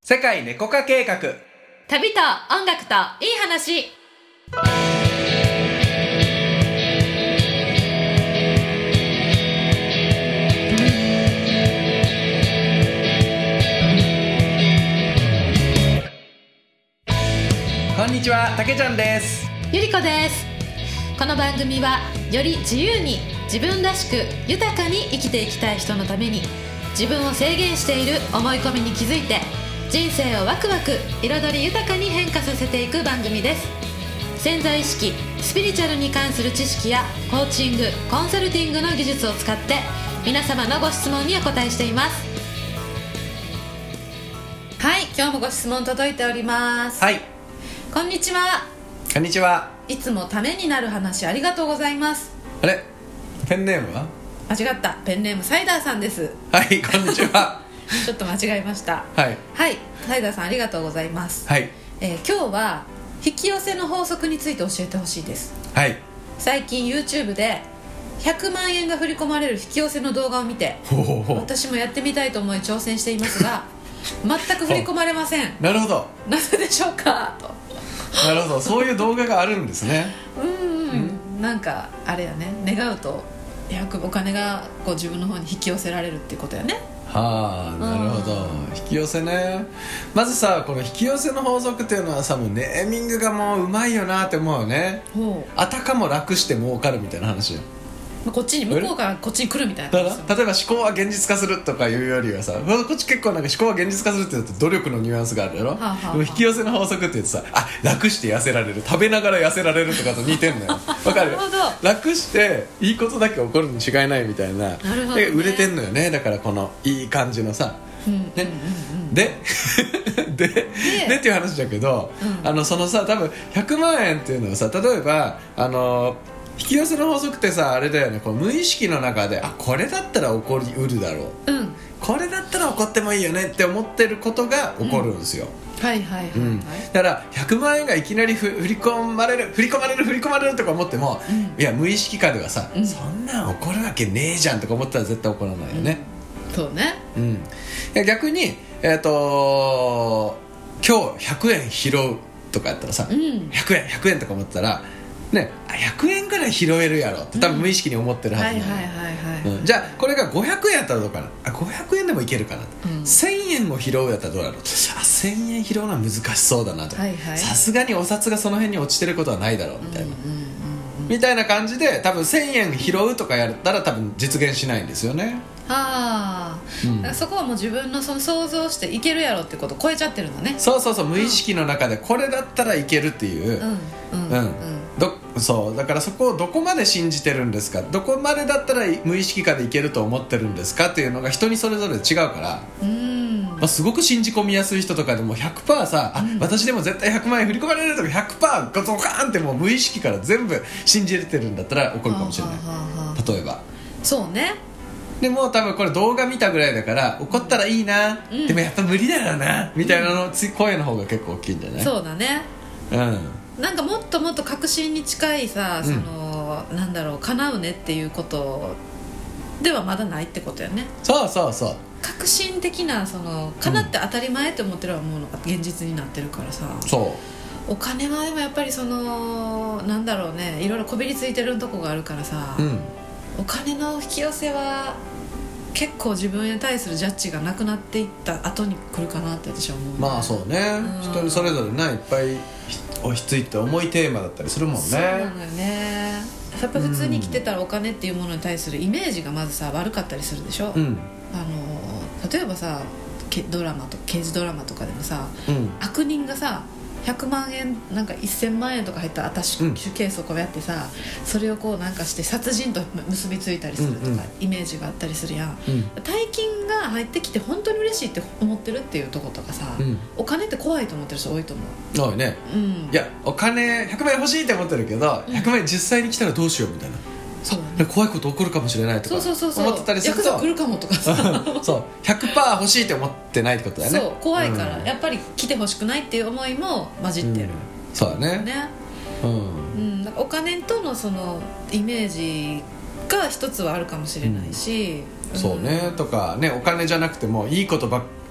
世界猫化計画、 旅と音楽といい話。 こんにちは、たけちゃんです。 ゆりこです。この番組はより自由に自分らしく豊かに生きていきたい人のために、自分を制限している思い込みに気づいて人生をワクワク彩り豊かに変化させていく番組です。潜在意識、スピリチュアルに関する知識やコーチング、コンサルティングの技術を使って皆様のご質問にお答えしています。はい、今日もご質問届いております。 はい、 こんにちは。 こんにちは。 いつもためになる話ありがとうございます。 あれ、ペンネームは？ 間違った。ペンネームサイダーさんです。 はい、こんにちは。 ちょっと間違えました。 はい、 はい、サイダーさんありがとうございます。 はい、 今日は引き寄せの法則について教えてほしいです。 はい。 最近 YouTube で100万円が振り込まれる引き寄せの動画を見て、私もやってみたいと思い挑戦していますが全く振り込まれません。 なるほど。 なぜでしょうかと。 なるほど、そういう動画があるんですね。 なんかあれやね、願うとお金がこう自分の方に引き寄せられるっていうことやね。 はあ、なるほど。引き寄せね。まずさ、この引き寄せの法則っていうのはさ、もうネーミングがもううまいよなって思うよね。あたかも楽して儲かるみたいな話。 こっちに向こうからこっちに来るみたいな。 だから例えば思考は現実化するとかいうよりはさ、こっち結構なんか思考は現実化するって言うと努力のニュアンスがあるやろ。でも引き寄せの法則って言うとさ、あ、楽して痩せられる、食べながら痩せられるとかと似てんのよ。わかる？ なるほど。 楽していいことだけ起こるに違いないみたいな。 なるほど、 で売れてんのよね。だからこのいい感じのさ、ね、でっていう話だけど、そのさ、多分100万円っていうのはさ、例えば引き寄せの法則ってさ、あれだよね、こう無意識の中で、あ、これだったら起こりうるだろう、これだったら起こってもいいよねって思ってることが起こるんですよ。 はいはいはい、 だから100万円がいきなり振り込まれるとか思っても、いや無意識下ではさ、そんなん起こるわけねえじゃんとか思ったら絶対起こらないよね。 そうね。 いや逆に今日100円拾うとかやったらさ、100円とか思ったらね、100円ぐらい拾えるやろって多分無意識に思ってるはずなの。じゃあこれが500円やったらどうかな、500円でもいけるかな、1000円を拾うやったらどうやろう、1000円拾うのは難しそうだなと、さすがにお札がその辺に落ちてることはないだろうみたいな、みたいな感じで多分1000円拾うとかやったら多分実現しないんですよね。 だからそこはもう自分のその想像していけるやろってことを超えちゃってるのね。 そう無意識の中でこれだったらいけるっていう、そうだからそこをどこまで信じてるんですか、どこまでだったら無意識下でいけると思ってるんですかっていうのが人にそれぞれ違うから、すごく信じ込みやすい人とかでも 100% さ、私でも絶対100万円振り込まれるとか 100% ドカーンってもう無意識から全部信じれてるんだったら起こるかもしれない。例えばそうね。でも多分これ動画見たぐらいだから怒ったらいいな、でもやっぱ無理だよなみたいなの声の方が結構大きいんじゃない？ そうだね。なんかもっともっと確信に近いさ、そのなんだろう、叶うねっていうことではまだないってことやね。 そう確信的なその叶って当たり前って思ってるものが現実になってるからさ。お金はでもやっぱりそのなんだろうね、いろいろこびりついてるとこがあるからさ、お金の引き寄せは結構自分に対するジャッジがなくなっていった後に来るかなって私は思う。 まあそうね、人にそれぞれねいっぱいひっついて重いテーマだったりするもんね。 そうなのよね。やっぱ普通に生きてたらお金っていうものに対するイメージがまずさ悪かったりするでしょ。例えばさ、ドラマと刑事ドラマとかでもさ、悪人がさ100万円なんか1000万円とか入ったアタッシュケースをこうやってさ、それをこうなんかして殺人と結びついたりするとか、イメージがあったりするやん。大金が入ってきて本当に嬉しいって思ってるっていうとことかさ、お金って怖いと思ってる人多いと思う。 多いね。いやお金100万円欲しいって思ってるけど、100万円実際に来たらどうしようみたいな、怖いこと起こるかもしれないとか思ってたりすると、 ヤクザ来るかもとかさそう 100% 欲しいって思ってないってことだよね。 そう怖いから、やっぱり来てほしくないっていう思いも混じってる、 そうだね。 だからお金とのそのイメージが一つはあるかもしれないし、 そうね、とかね、お金じゃなくてもいいこと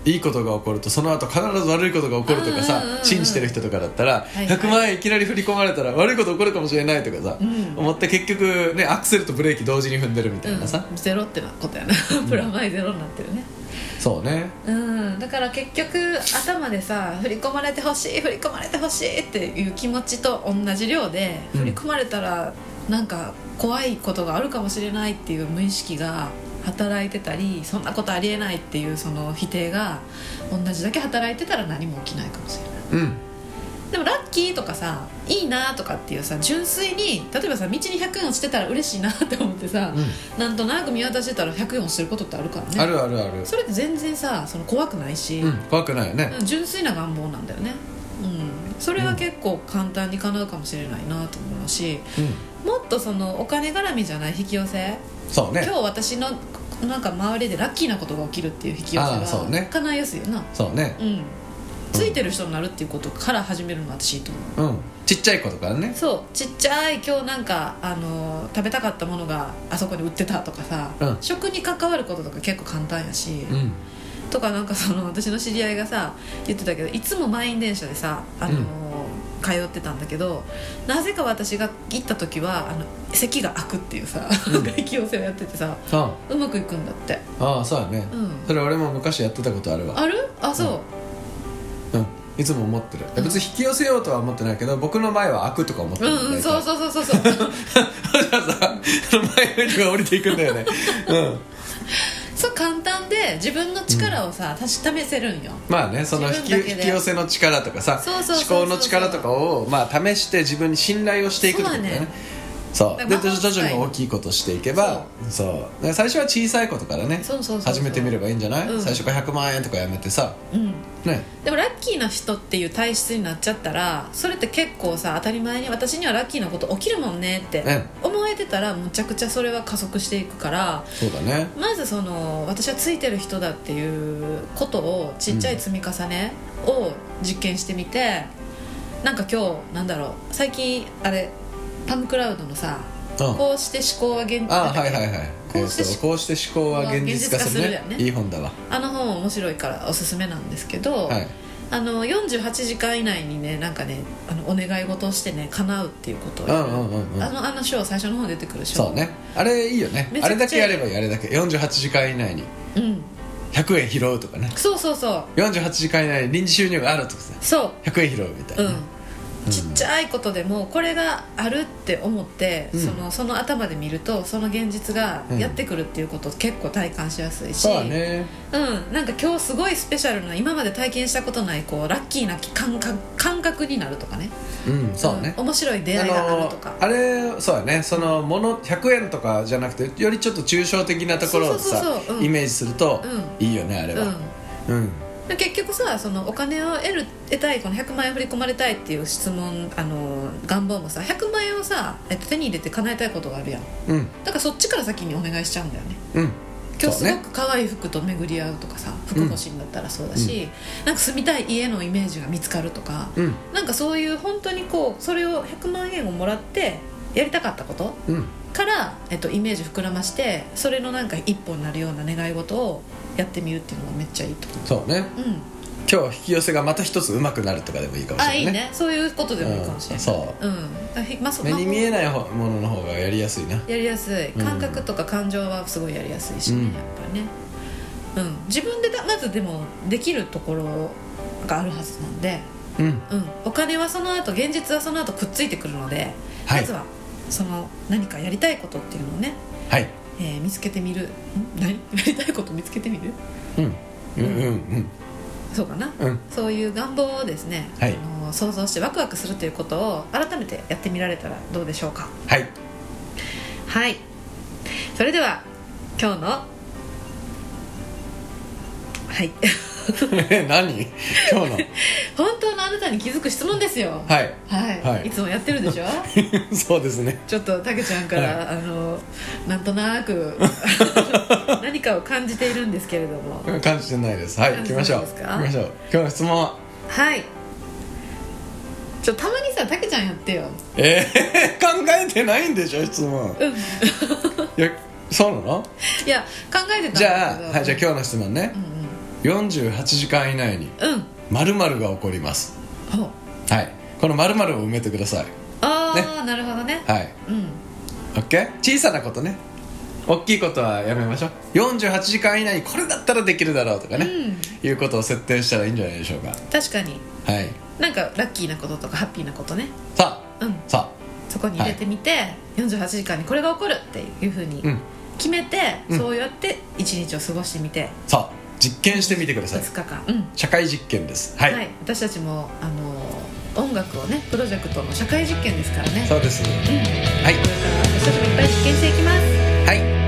いいことが起こるとその後必ず悪いことが起こるとかさ、信じてる人とかだったら、100万円いきなり振り込まれたら悪いこと起こるかもしれないとかさ、思って結局ねアクセルとブレーキ同時に踏んでるみたいなさ、 ゼロってなことやなプラマイゼロになってるね。 そうね、 だから結局頭でさ振り込まれてほしい振り込まれてほしいっていう気持ちと同じ量で、振り込まれたらなんか怖いことがあるかもしれないっていう無意識が働いてたり、そんなことありえないっていうその否定が同じだけ働いてたら何も起きないかもしれない、でもラッキーとかさいいなとかっていうさ、純粋に例えばさ道に100円落ちてたら嬉しいなって思ってさ、なんとなく見渡してたら100円落ちてることってあるからね。 あるあるある。 それって全然さその怖くないし、 怖くないよね。 純粋な願望なんだよね。それは結構簡単に叶うかもしれないなと思うし、もっとそのお金絡みじゃない引き寄せ、 そうね、 今日私のなんか周りでラッキーなことが起きるっていう引き寄せが叶いやすいよな。そうね、ついてる人になるっていうことから始めるのが私いいと思う、 ちっちゃいことからね。 そうちっちゃい今日なんか食べたかったものがあそこに売ってたとかさ、食に関わることとか結構簡単やし、とかなんかその私の知り合いがさ言ってたけど、いつも満員電車でさ通ってたんだけど、なぜか私が行った時は席が開くっていうさ引き寄せをやっててさ、うまくいくんだって。 そうだね、それ俺も昔やってたことあるわ。 ある？そう、 いつも思ってる。別に引き寄せようとは思ってないけど、僕の前は開くとか思ってる。 そうじゃあさ前の人が降りていくんだよね。 そう簡単で自分の力をさ確かめせるんよ。 まあね、その引き寄せの力とかさ、思考の力とかをまあ試して自分に信頼をしていくってことだよね。そうで徐々に大きいことをしていけば、そう最初は小さいことからね始めてみればいいんじゃない？最初から100万円とかやめてさ、 でもラッキーな人っていう体質になっちゃったら、それって結構さ当たり前に私にはラッキーなこと起きるもんねって思えてたら、むちゃくちゃそれは加速していくから、 そうだね、 まずその私はついてる人だっていうことをちっちゃい積み重ねを実験してみて、なんか今日なんだろう、最近あれパムクラウドのさ、こうして思考は現実化、 こうして思考は現実化するね。いい本だわ。 本面白いからおすすめなんですけど、48時間以内にね、なんかねお願い事をしてね叶うっていうことをやる。章最初の方出てくる章。そうね、あれいいよね。あれだけやればいい。あれだけ48時間以内に100円拾うとかね。そう48時間以内に臨時収入があるとかさ、100円拾うみたいな、ちっちゃいことでもこれがあるって思って、その頭で見るとその現実がやってくるっていうことを結構体感しやすいし、そうだね、なんか今日すごいスペシャルな、今まで体験したことないこうラッキーな感覚になるとかね、そうね、面白い出会いがあるとか、あれそうだね、そのもの100円とかじゃなくてよりちょっと抽象的なところをさイメージするといいよね、あれは。結局さ、そのお金を得たい、この100万円振り込まれたいっていう質問、願望もさ、100万円をさ、手に入れて叶えたいことがあるやん、だからそっちから先にお願いしちゃうんだよね。今日すごく可愛い服と巡り合うとかさ、服欲しいんだったらそうだし、なんか住みたい家のイメージが見つかるとか、なんかそういう本当にこうそれを100万円をもらってやりたかったこと、から、イメージ膨らまして、それのなんか一歩になるような願い事をやってみるっていうのがめっちゃいいと思う。そうね、今日引き寄せがまた一つ上手くなるとかでもいいかもしれないね。いいね、そういうことでもいいかもしれない。目に見えないものの方がやりやすいな。やりやすい、感覚とか感情はすごいやりやすいしね、やっぱりね、自分でまずでもできるところがあるはずなんで、お金はその後、現実はその後くっついてくるので、まずはその何かやりたいことっていうのをね、見つけてみる。やりたいこと見つけてみる。そうかな、そういう願望をですね、想像してワクワクするということを改めてやってみられたらどうでしょうか。はい、それでは今日の何今日の本当のあなたに気づく質問ですよ。いつもやってるでしょそうですね。ちょっとたけちゃんから、なんとなく何かを感じているんですけれども。感じてないです。行きましょう。今日の質問は、たまにさ、たけちゃんやってよ。考えてないんでしょ質問。いや、そうなの？いや、考えてたんだけど。じゃあ今日の質問ね、 48時間以内に〇〇が起こります、はい、この〇〇を埋めてください。 ああ、ね、なるほどね。 はい、OK。 小さなことね、大きいことはやめましょう。48時間以内にこれだったらできるだろうとかね、いうことを設定したらいいんじゃないでしょうか。 確かに、 はい、 なんかラッキーなこととかハッピーなことね、 さあ、 そこに入れてみて、48時間にこれが起こるっていうふうに決めて、そうやって1日を過ごしてみて、 さあ実験してみてください。 2日間、 社会実験です。はい、 私たちも音楽をね、プロジェクトの社会実験ですからね。 そうです、はい、 これから私たちもいっぱい実験していきます。 はい。